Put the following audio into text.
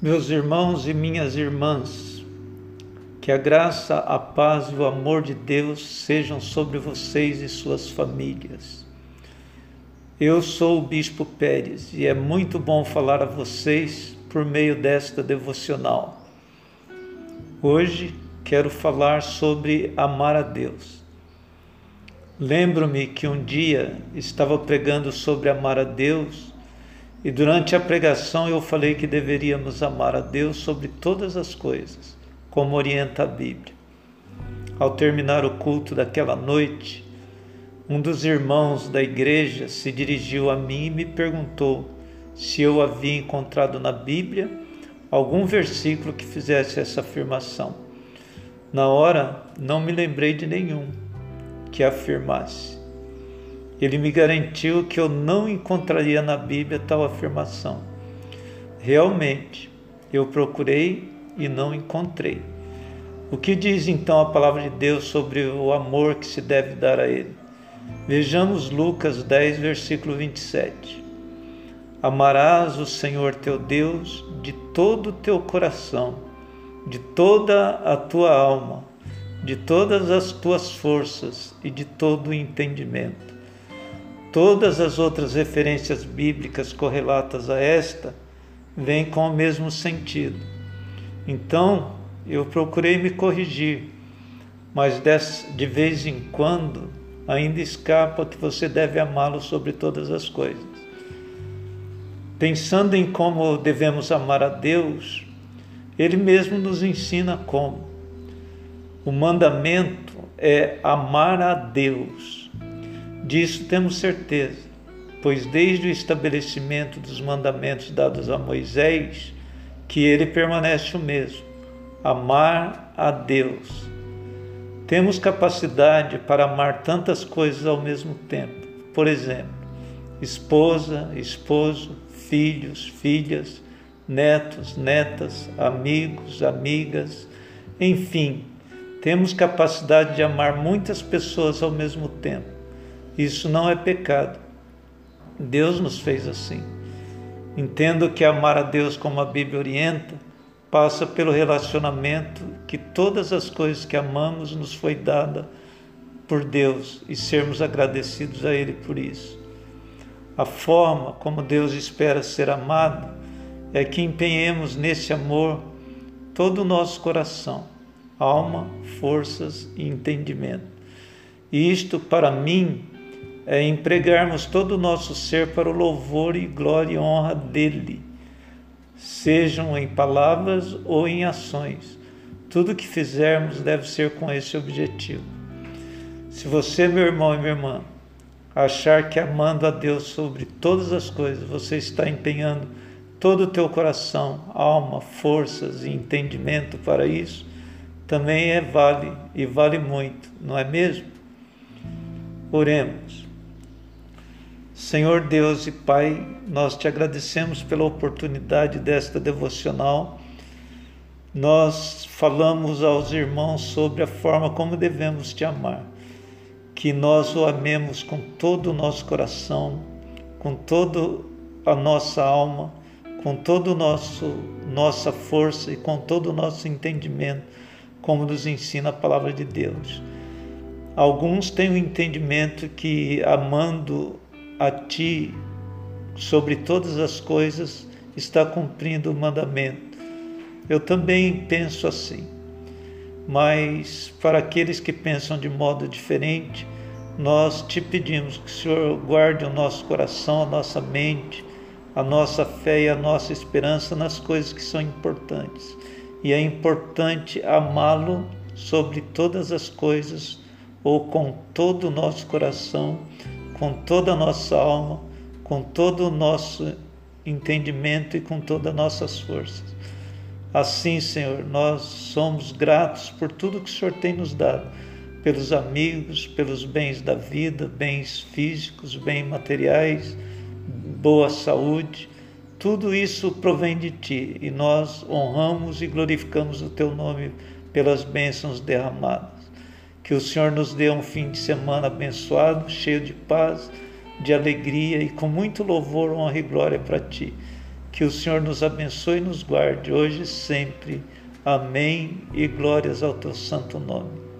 Meus irmãos e minhas irmãs, que a graça, a paz e o amor de Deus sejam sobre vocês e suas famílias. Eu sou o Bispo Pérez e é muito bom falar a vocês por meio desta devocional. Hoje quero falar sobre amar a Deus. Lembro-me que um dia estava pregando sobre amar a Deus e durante a pregação eu falei que deveríamos amar a Deus sobre todas as coisas, como orienta a Bíblia. Ao terminar o culto daquela noite, um dos irmãos da igreja se dirigiu a mim e me perguntou se eu havia encontrado na Bíblia algum versículo que fizesse essa afirmação. Na hora, não me lembrei de nenhum que afirmasse. Ele me garantiu que eu não encontraria na Bíblia tal afirmação. Realmente, eu procurei e não encontrei. O que diz então a palavra de Deus sobre o amor que se deve dar a Ele? Vejamos Lucas 10, versículo 27. Amarás o Senhor teu Deus de todo o teu coração, de toda a tua alma, de todas as tuas forças e de todo o entendimento. Todas as outras referências bíblicas correlatas a esta vêm com o mesmo sentido. Então, eu procurei me corrigir, mas de vez em quando ainda escapa que você deve amá-lo sobre todas as coisas. Pensando em como devemos amar a Deus, Ele mesmo nos ensina como. O mandamento é amar a Deus. Disso temos certeza, pois desde o estabelecimento dos mandamentos dados a Moisés, que ele permanece o mesmo, amar a Deus. Temos capacidade para amar tantas coisas ao mesmo tempo. Por exemplo, esposa, esposo, filhos, filhas, netos, netas, amigos, amigas, enfim, temos capacidade de amar muitas pessoas ao mesmo tempo. Isso não é pecado. Deus nos fez assim. Entendo que amar a Deus como a Bíblia orienta passa pelo relacionamento que todas as coisas que amamos nos foi dada por Deus e sermos agradecidos a Ele por isso. A forma como Deus espera ser amado é que empenhemos nesse amor todo o nosso coração, alma, forças e entendimento. E isto, para mim, é empregarmos todo o nosso ser para o louvor e glória e honra dEle, sejam em palavras ou em ações. Tudo que fizermos deve ser com esse objetivo. Se você, meu irmão e minha irmã, achar que amando a Deus sobre todas as coisas, você está empenhando todo o teu coração, alma, forças e entendimento para isso, também vale muito, não é mesmo? Oremos. Senhor Deus e Pai, nós te agradecemos pela oportunidade desta devocional. Nós falamos aos irmãos sobre a forma como devemos te amar, que nós o amemos com todo o nosso coração, com toda a nossa alma, com toda a nossa força e com todo o nosso entendimento, como nos ensina a palavra de Deus. Alguns têm o entendimento que amando a Ti sobre todas as coisas está cumprindo o mandamento. Eu também penso assim, mas para aqueles que pensam de modo diferente, nós te pedimos que o Senhor guarde o nosso coração, a nossa mente, a nossa fé e a nossa esperança nas coisas que são importantes. E é importante amá-lo sobre todas as coisas, ou com todo o nosso coração, com toda a nossa alma, com todo o nosso entendimento e com todas as nossas forças. Assim, Senhor, nós somos gratos por tudo que o Senhor tem nos dado, pelos amigos, pelos bens da vida, bens físicos, bens materiais, boa saúde. Tudo isso provém de Ti e nós honramos e glorificamos o Teu nome pelas bênçãos derramadas. Que o Senhor nos dê um fim de semana abençoado, cheio de paz, de alegria e com muito louvor, honra e glória para Ti. Que o Senhor nos abençoe e nos guarde hoje e sempre. Amém e glórias ao teu santo nome.